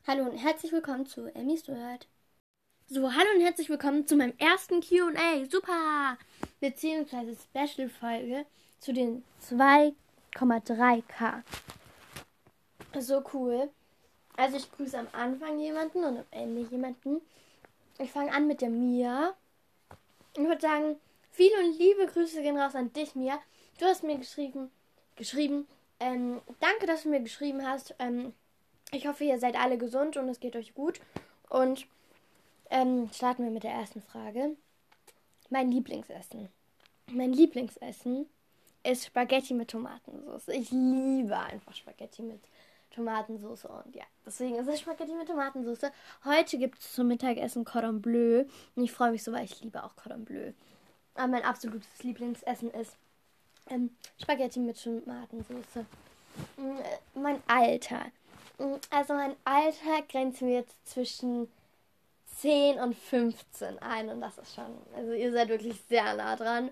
Hallo und herzlich willkommen zu Emmys Word. So, hallo und herzlich willkommen zu meinem ersten Q&A. Super! Beziehungsweise Special-Folge zu den 2,3K. So cool. Also ich grüße am Anfang jemanden und am Ende jemanden. Ich fange an mit der Mia. Ich würde sagen, viele und liebe Grüße gehen raus an dich, Mia. Du hast mir geschrieben. Danke, dass du mir geschrieben hast. Ich hoffe, ihr seid alle gesund und es geht euch gut. Und starten wir mit der ersten Frage. Mein Lieblingsessen. Mein Lieblingsessen ist Spaghetti mit Tomatensauce. Ich liebe einfach Spaghetti mit Tomatensauce. Und ja, deswegen ist es Spaghetti mit Tomatensauce. Heute gibt es zum Mittagessen Cordon Bleu. Und ich freue mich so, weil ich liebe auch Cordon Bleu. Aber mein absolutes Lieblingsessen ist Spaghetti mit Tomatensauce. Mein Alter. Also mein Alter grenzt mir jetzt zwischen 10 und 15 ein. Und das ist schon, also ihr seid wirklich sehr nah dran.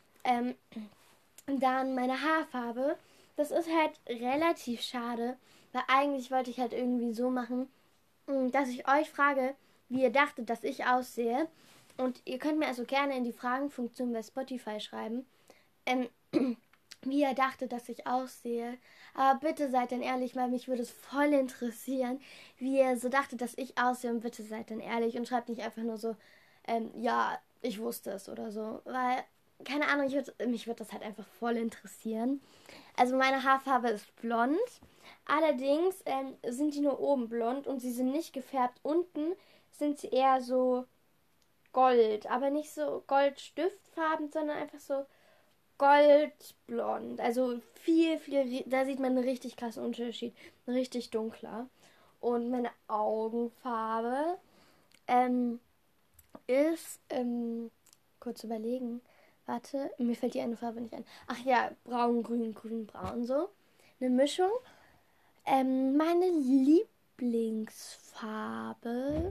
Dann meine Haarfarbe. Das ist halt relativ schade, weil eigentlich wollte ich halt irgendwie so machen, dass ich euch frage, wie ihr dachtet, dass ich aussehe. Und ihr könnt mir also gerne in die Fragenfunktion bei Spotify schreiben, wie ihr dachtet, dass ich aussehe. Aber bitte seid dann ehrlich, weil mich würde es voll interessieren, wie ihr so dachtet, dass ich aussehe. Und bitte seid dann ehrlich und schreibt nicht einfach nur so, ja, ich wusste es oder so. Weil, keine Ahnung, mich würde das halt einfach voll interessieren. Also meine Haarfarbe ist blond. Allerdings sind die nur oben blond und sie sind nicht gefärbt. Unten sind sie eher so Gold, aber nicht so Goldstiftfarben, sondern einfach so goldblond. Also da sieht man einen richtig krassen Unterschied. Richtig dunkler. Und meine Augenfarbe ist, kurz überlegen. Warte, mir fällt die eine Farbe nicht ein. Ach ja, braun, grün, grün, braun, so. Eine Mischung. Meine Lieblingsfarbe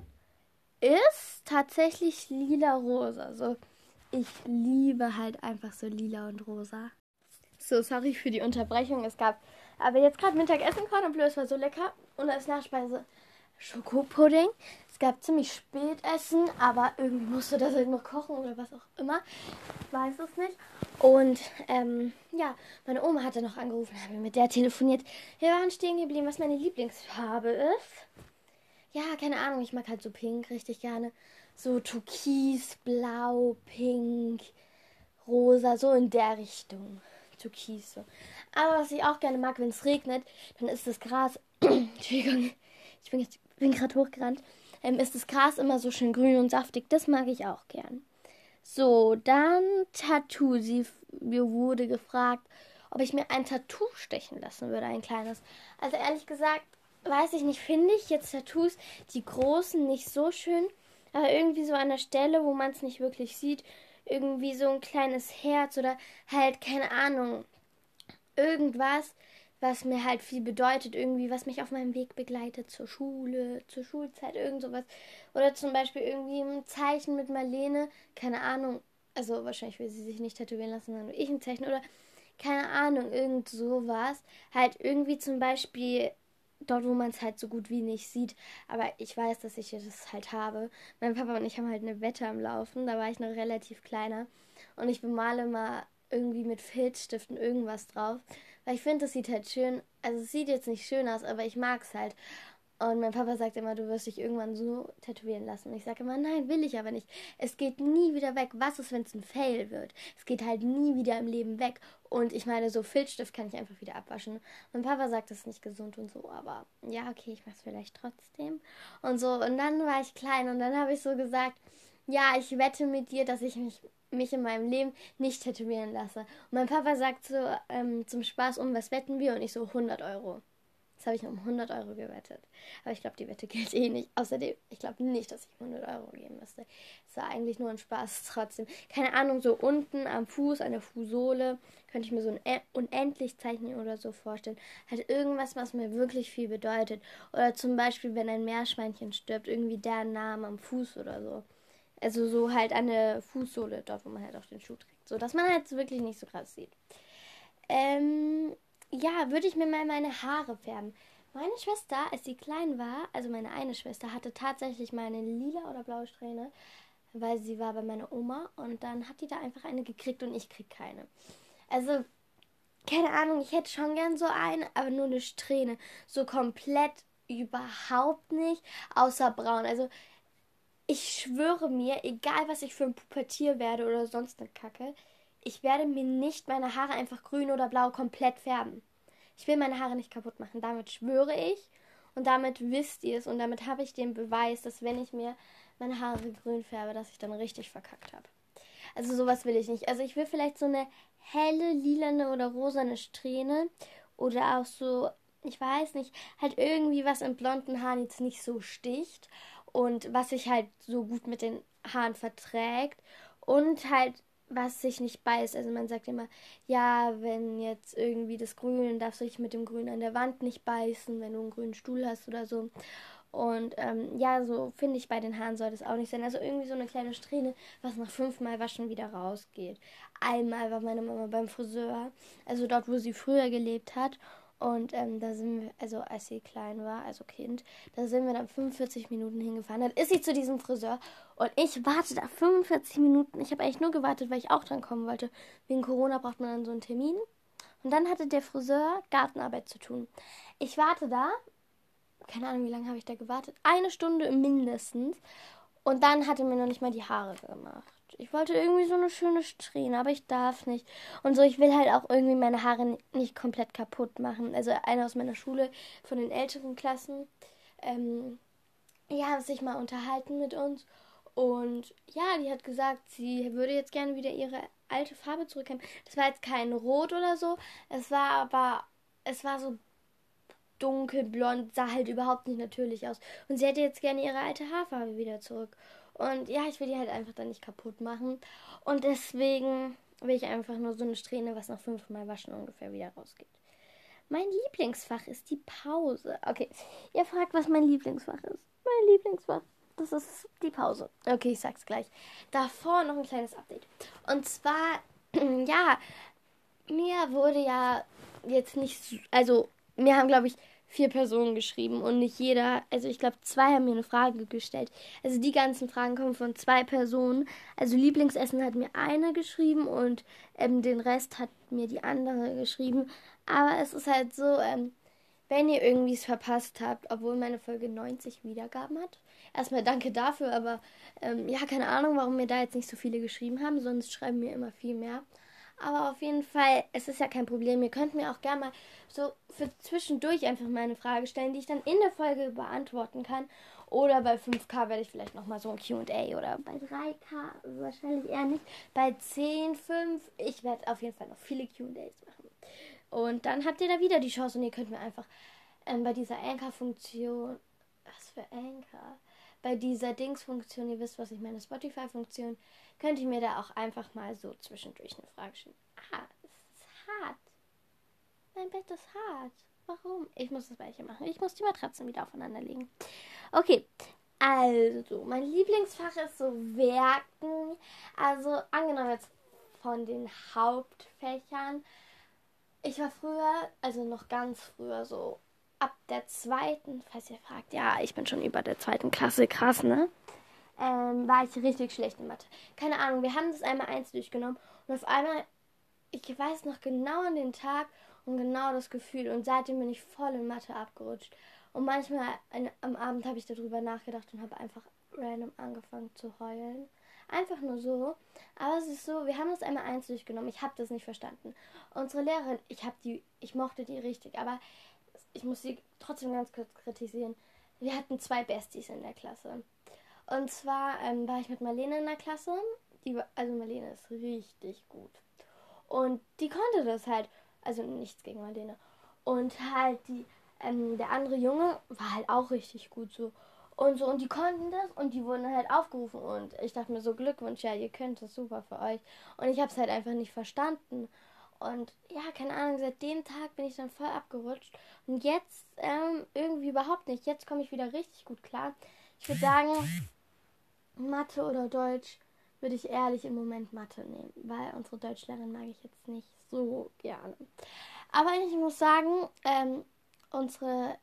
ist tatsächlich lila-rosa. So, ich liebe halt einfach so lila und rosa. So, sorry für die Unterbrechung. Es gab aber jetzt gerade Mittagessen, Cordon Bleu, es war so lecker. Und als Nachspeise Schokopudding. Es gab ziemlich spät Essen, aber irgendwie musste das halt noch kochen oder was auch immer. Ich weiß es nicht. Und ja, meine Oma hatte noch angerufen, haben wir mit der telefoniert. Wir waren stehen geblieben, was meine Lieblingsfarbe ist. Ja, keine Ahnung, ich mag halt so pink richtig gerne. So türkis, blau, pink, rosa, so in der Richtung. Türkis so. Aber was ich auch gerne mag, wenn es regnet, dann ist das Gras, Entschuldigung, ich bin gerade hochgerannt, ist das Gras immer so schön grün und saftig. Das mag ich auch gern. So, dann Tattoo. Mir wurde gefragt, ob ich mir ein Tattoo stechen lassen würde, ein kleines. Also ehrlich gesagt, weiß ich nicht, finde ich jetzt Tattoos, die großen, nicht so schön, aber irgendwie so an der Stelle, wo man es nicht wirklich sieht, irgendwie so ein kleines Herz oder halt, keine Ahnung, irgendwas, was mir halt viel bedeutet, irgendwie, was mich auf meinem Weg begleitet zur Schule, zur Schulzeit, irgend sowas. Oder zum Beispiel irgendwie ein Zeichen mit Marlene, keine Ahnung, also wahrscheinlich will sie sich nicht tätowieren lassen, sondern nur ich ein Zeichen oder keine Ahnung, irgend sowas. Halt irgendwie zum Beispiel dort, wo man es halt so gut wie nicht sieht. Aber ich weiß, dass ich das halt habe. Mein Papa und ich haben halt eine Wette am Laufen. Da war ich noch relativ kleiner. Und ich bemale mal irgendwie mit Filzstiften irgendwas drauf. Weil ich finde, das sieht halt schön. Also es sieht jetzt nicht schön aus, aber ich mag es halt. Und mein Papa sagt immer, du wirst dich irgendwann so tätowieren lassen. Und ich sage immer, nein, will ich aber nicht. Es geht nie wieder weg. Was ist, wenn es ein Fail wird? Es geht halt nie wieder im Leben weg. Und ich meine, so Filzstift kann ich einfach wieder abwaschen. Mein Papa sagt, das ist nicht gesund und so. Aber ja, okay, ich mache es vielleicht trotzdem. Und so. Und dann war ich klein und dann habe ich so gesagt, ja, ich wette mit dir, dass ich mich in meinem Leben nicht tätowieren lasse. Und mein Papa sagt so zum Spaß, was wetten wir? Und ich so 100 Euro. Das habe ich um 100 Euro gewettet. Aber ich glaube, die Wette gilt eh nicht. Außerdem, ich glaube nicht, dass ich 100 Euro geben müsste. Es war eigentlich nur ein Spaß trotzdem. Keine Ahnung, so unten am Fuß, an der Fußsohle, könnte ich mir so ein Unendlich-Zeichen oder so vorstellen. Halt irgendwas, was mir wirklich viel bedeutet. Oder zum Beispiel, wenn ein Meerschweinchen stirbt, irgendwie der Name am Fuß oder so. Also so halt an der Fußsohle, dort, wo man halt auch den Schuh trägt. So, dass man halt wirklich nicht so krass sieht. Ja, würde ich mir mal meine Haare färben. Meine Schwester, als sie klein war, also meine eine Schwester, hatte tatsächlich mal eine lila oder blaue Strähne, weil sie war bei meiner Oma und dann hat die da einfach eine gekriegt und ich krieg keine. Also, keine Ahnung, ich hätte schon gern so eine, aber nur eine Strähne. So komplett überhaupt nicht, außer braun. Also, ich schwöre mir, egal was ich für ein Pubertier werde oder sonst eine Kacke, ich werde mir nicht meine Haare einfach grün oder blau komplett färben. Ich will meine Haare nicht kaputt machen. Damit schwöre ich und damit wisst ihr es und damit habe ich den Beweis, dass wenn ich mir meine Haare grün färbe, dass ich dann richtig verkackt habe. Also sowas will ich nicht. Also ich will vielleicht so eine helle, lilane oder rosane Strähne oder auch so, ich weiß nicht, halt irgendwie was im blonden Haaren jetzt nicht so sticht und was sich halt so gut mit den Haaren verträgt und halt was sich nicht beißt. Also man sagt immer, ja, wenn jetzt irgendwie das Grün, dann darfst du dich mit dem Grün an der Wand nicht beißen, wenn du einen grünen Stuhl hast oder so. Und ja, so finde ich, bei den Haaren soll das auch nicht sein. Also irgendwie so eine kleine Strähne, was nach 5-mal Waschen wieder rausgeht. Einmal war meine Mama beim Friseur, also dort, wo sie früher gelebt hat. Und da sind wir, also als sie klein war, also Kind, da sind wir dann 45 Minuten hingefahren. Dann ist sie zu diesem Friseur und ich warte da 45 Minuten. Ich habe eigentlich nur gewartet, weil ich auch dran kommen wollte. Wegen Corona braucht man dann so einen Termin. Und dann hatte der Friseur Gartenarbeit zu tun. Ich warte da, keine Ahnung, wie lange habe ich da gewartet? 1 Stunde mindestens. Und dann hat er mir noch nicht mal die Haare gemacht. Ich wollte irgendwie so eine schöne Strähne, aber ich darf nicht. Und so, ich will halt auch irgendwie meine Haare nicht komplett kaputt machen. Also einer aus meiner Schule, von den älteren Klassen, ja, hat sich mal unterhalten mit uns. Und ja, die hat gesagt, sie würde jetzt gerne wieder ihre alte Farbe zurückhaben. Das war jetzt kein Rot oder so. Es war so dunkelblond, sah halt überhaupt nicht natürlich aus. Und sie hätte jetzt gerne ihre alte Haarfarbe wieder zurück. Und ja, ich will die halt einfach dann nicht kaputt machen. Und deswegen will ich einfach nur so eine Strähne, was nach 5-mal Waschen ungefähr wieder rausgeht. Mein Lieblingsfach ist die Pause. Okay, ihr fragt, was mein Lieblingsfach ist. Mein Lieblingsfach, das ist die Pause. Okay, ich sag's gleich. Davor noch ein kleines Update. Und zwar, ja, mir wurde ja jetzt nicht, also mir haben, glaube ich, 4 Personen geschrieben und nicht jeder, also ich glaube, 2 haben mir eine Frage gestellt. Also die ganzen Fragen kommen von 2 Personen. Also Lieblingsessen hat mir eine geschrieben und den Rest hat mir die andere geschrieben. Aber es ist halt so, wenn ihr irgendwie es verpasst habt, obwohl meine Folge 90 Wiedergaben hat. Erstmal danke dafür, aber ja, keine Ahnung, warum mir da jetzt nicht so viele geschrieben haben, sonst schreiben mir immer viel mehr. Aber auf jeden Fall, es ist ja kein Problem. Ihr könnt mir auch gerne mal so für zwischendurch einfach mal eine Frage stellen, die ich dann in der Folge beantworten kann. Oder bei 5K werde ich vielleicht nochmal so ein Q&A oder bei 3K wahrscheinlich eher nicht. Bei 10, 5, ich werde auf jeden Fall noch viele Q&As machen. Und dann habt ihr da wieder die Chance und ihr könnt mir einfach bei dieser Anchor-Funktion, was für Anchor? Bei dieser Dings-Funktion, ihr wisst, was ich meine, Spotify-Funktion, könnt ihr mir da auch einfach mal so zwischendurch eine Frage stellen. Ah, es ist hart. Mein Bett ist hart. Warum? Ich muss das Gleiche machen. Ich muss die Matratzen wieder aufeinander legen. Okay, also, mein Lieblingsfach ist so Werken. Also, angenommen jetzt von den Hauptfächern. Ich war früher, also noch ganz früher, so ab der 2., falls ihr fragt, ja, ich bin schon über der 2. Klasse, krass, ne? War ich richtig schlecht in Mathe. Keine Ahnung, wir haben das einmal eins durchgenommen und auf einmal, ich weiß noch genau an den Tag und genau das Gefühl und seitdem bin ich voll in Mathe abgerutscht. Und manchmal am Abend habe ich darüber nachgedacht und habe einfach random angefangen zu heulen. Einfach nur so. Aber es ist so, wir haben das einmal eins durchgenommen. Ich habe das nicht verstanden. Unsere Lehrerin, ich mochte die richtig, aber ich muss sie trotzdem ganz kurz kritisieren. Wir hatten 2 Besties in der Klasse. Und zwar war ich mit Marlene in der Klasse. Also Marlene ist richtig gut. Und die konnte das halt. Also nichts gegen Marlene. Und halt der andere Junge war halt auch richtig gut so. Und so, und die konnten das und die wurden halt aufgerufen. Und ich dachte mir so, Glückwunsch, ja, ihr könnt das super für euch. Und ich habe es halt einfach nicht verstanden. Und ja, keine Ahnung, seit dem Tag bin ich dann voll abgerutscht. Und jetzt irgendwie überhaupt nicht. Jetzt komme ich wieder richtig gut klar. Ich würde sagen, Mathe oder Deutsch würde ich ehrlich im Moment Mathe nehmen, weil unsere Deutschlehrerin mag ich jetzt nicht so gerne. Aber ich muss sagen, unsere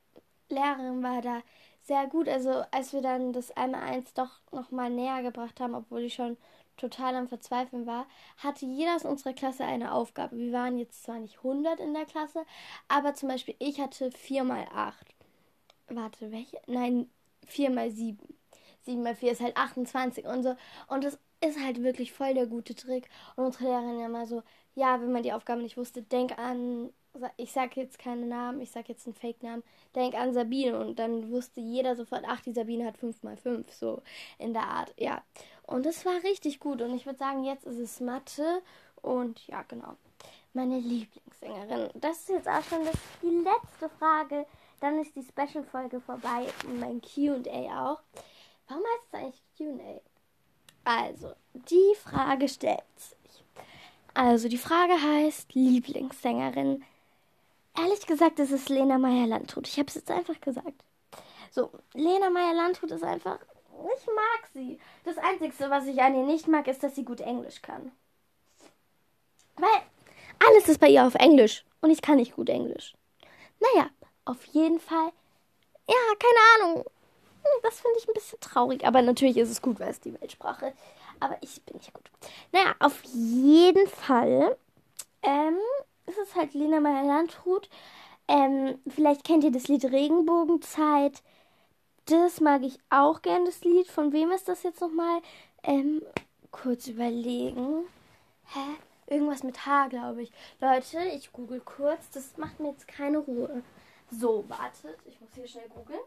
Lehrerin war da sehr gut. Also als wir dann das 1x1 doch nochmal näher gebracht haben, obwohl ich schon total am Verzweifeln war, hatte jeder aus unserer Klasse eine Aufgabe. Wir waren jetzt zwar nicht 100 in der Klasse, aber zum Beispiel ich hatte 4x8. Warte, welche? Nein, 4x7. 7x4 ist halt 28 und so. Und das ist halt wirklich voll der gute Trick. Und unsere Lehrerin ja mal so, ja, wenn man die Aufgabe nicht wusste, denk an, ich sage jetzt keinen Namen, ich sage jetzt einen Fake-Namen, denk an Sabine. Und dann wusste jeder sofort, ach, die Sabine hat 5x5, so in der Art, ja. Und das war richtig gut. Und ich würde sagen, jetzt ist es Mathe und ja, genau. Meine Lieblingssängerin. Das ist jetzt auch schon die letzte Frage. Dann ist die Special-Folge vorbei und mein Q&A auch. Warum heißt es eigentlich Q&A? Also, die Frage stellt sich. Also, die Frage heißt Lieblingssängerin. Ehrlich gesagt, ist es Lena Meyer-Landrut. Ich habe es jetzt einfach gesagt. So, Lena Meyer-Landrut ist einfach... Ich mag sie. Das Einzige, was ich an ihr nicht mag, ist, dass sie gut Englisch kann. Weil alles ist bei ihr auf Englisch. Und ich kann nicht gut Englisch. Naja, auf jeden Fall. Ja, keine Ahnung. Das finde ich ein bisschen traurig. Aber natürlich ist es gut, weil es die Weltsprache. Aber ich bin nicht gut. Naja, auf jeden Fall ist es halt Lena Meyer-Landrut. Vielleicht kennt ihr das Lied Regenbogenzeit. Das mag ich auch gern, das Lied. Von wem ist das jetzt nochmal? Kurz überlegen. Irgendwas mit H, glaube ich. Leute, ich google kurz. Das macht mir jetzt keine Ruhe. So, wartet. Ich muss hier schnell googeln.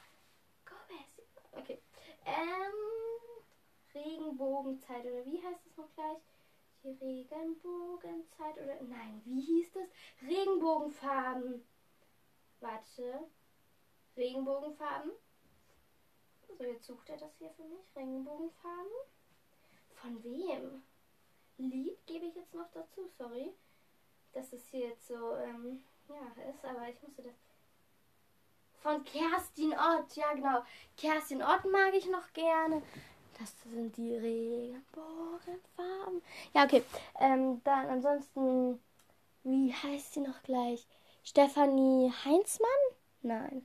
Okay. Regenbogenzeit. Oder wie heißt es noch gleich? Die Regenbogenzeit. Oder nein, wie hieß das? Regenbogenfarben. Warte. Regenbogenfarben. So, jetzt sucht er das hier für mich. Regenbogenfarben. Von wem? Lied gebe ich jetzt noch dazu, sorry. Dass es hier jetzt so, ist, aber ich musste das... Von Kerstin Ott, ja genau. Kerstin Ott mag ich noch gerne. Das sind die Regenbogenfarben. Ja, okay. Dann ansonsten, wie heißt sie noch gleich? Stefanie Heinzmann? Nein.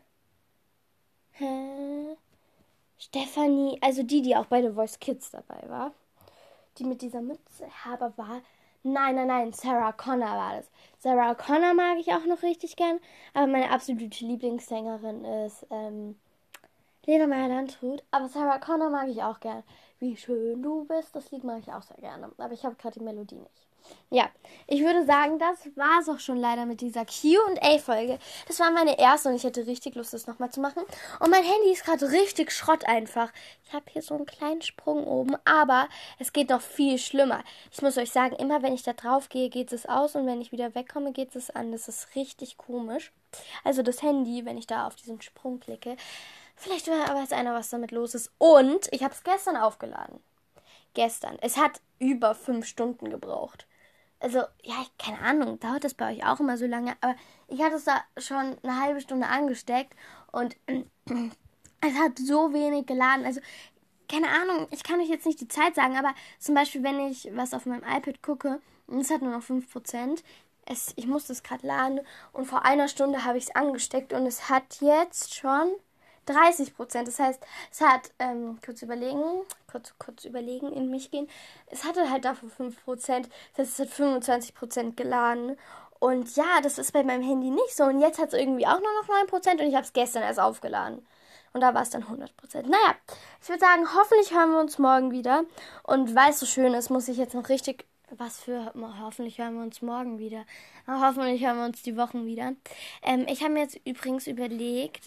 Stefanie, also die auch bei The Voice Kids dabei war. Die mit dieser Mütze, aber war... Nein, Sarah Connor war das. Sarah Connor mag ich auch noch richtig gern, aber meine absolute Lieblingssängerin ist Lena Meyer-Landrut. Aber Sarah Connor mag ich auch gern. Wie schön du bist, das Lied mag ich auch sehr gerne. Aber ich habe gerade die Melodie nicht. Ja, ich würde sagen, das war es auch schon leider mit dieser Q&A-Folge. Das war meine erste und ich hätte richtig Lust, das nochmal zu machen. Und mein Handy ist gerade richtig Schrott einfach. Ich habe hier so einen kleinen Sprung oben, aber es geht noch viel schlimmer. Ich muss euch sagen, immer wenn ich da drauf gehe, geht es aus und wenn ich wieder wegkomme, geht es an. Das ist richtig komisch. Also das Handy, wenn ich da auf diesen Sprung klicke. Vielleicht weiß einer, was damit los ist. Und ich habe es gestern aufgeladen. Gestern. Es hat über 5 Stunden gebraucht. Also, ja, keine Ahnung, dauert das bei euch auch immer so lange, aber ich hatte es da schon eine halbe Stunde angesteckt und es hat so wenig geladen. Also, keine Ahnung, ich kann euch jetzt nicht die Zeit sagen, aber zum Beispiel, wenn ich was auf meinem iPad gucke und es hat nur noch 5%, ich muss das gerade laden und vor einer Stunde habe ich es angesteckt und es hat jetzt schon 30%. Das heißt, es hat, kurz überlegen, in mich gehen. Es hatte halt dafür 5%. Das heißt, es hat 25% geladen. Und ja, das ist bei meinem Handy nicht so. Und jetzt hat es irgendwie auch nur noch 9% und ich habe es gestern erst aufgeladen. Und da war es dann 100%. Naja, ich würde sagen, hoffentlich hören wir uns morgen wieder. Und weil es so schön ist, muss ich jetzt noch richtig... hoffentlich hören wir uns morgen wieder. Hoffentlich hören wir uns die Wochen wieder. Ich habe mir jetzt übrigens überlegt,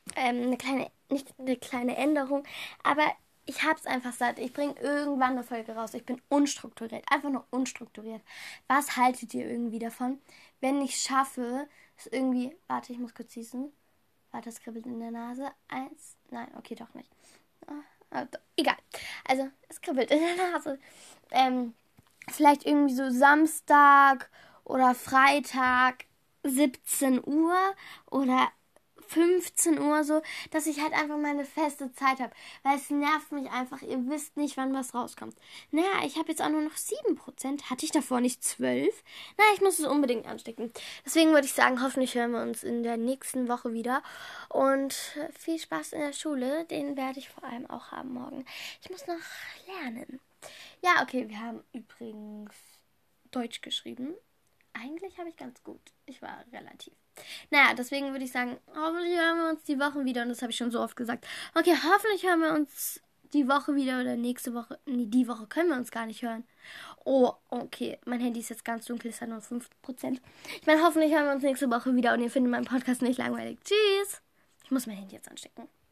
nicht eine kleine Änderung, aber ich hab's einfach satt. Ich bringe irgendwann eine Folge raus. Ich bin unstrukturiert, einfach nur unstrukturiert. Was haltet ihr irgendwie davon, wenn ich schaffe, es irgendwie... Warte, ich muss kurz schießen. Warte, es kribbelt in der Nase. 1, nein, okay, doch nicht. Egal. Also, es kribbelt in der Nase. Vielleicht irgendwie so Samstag oder Freitag 17 Uhr oder 15 Uhr so, dass ich halt einfach meine feste Zeit habe. Weil es nervt mich einfach, ihr wisst nicht, wann was rauskommt. Naja, ich habe jetzt auch nur noch 7%. Hatte ich davor nicht 12? Na, ich muss es unbedingt anstecken. Deswegen würde ich sagen, hoffentlich hören wir uns in der nächsten Woche wieder. Und viel Spaß in der Schule. Den werde ich vor allem auch haben morgen. Ich muss noch lernen. Ja, okay, wir haben übrigens Deutsch geschrieben. Eigentlich habe ich ganz gut. Ich war relativ. Naja, deswegen würde ich sagen, hoffentlich hören wir uns die Woche wieder. Und das habe ich schon so oft gesagt. Okay, hoffentlich hören wir uns die Woche wieder oder nächste Woche. Nee, die Woche können wir uns gar nicht hören. Oh, okay. Mein Handy ist jetzt ganz dunkel, ist ja nur 5%. Ich meine, hoffentlich hören wir uns nächste Woche wieder und ihr findet meinen Podcast nicht langweilig. Tschüss. Ich muss mein Handy jetzt anstecken.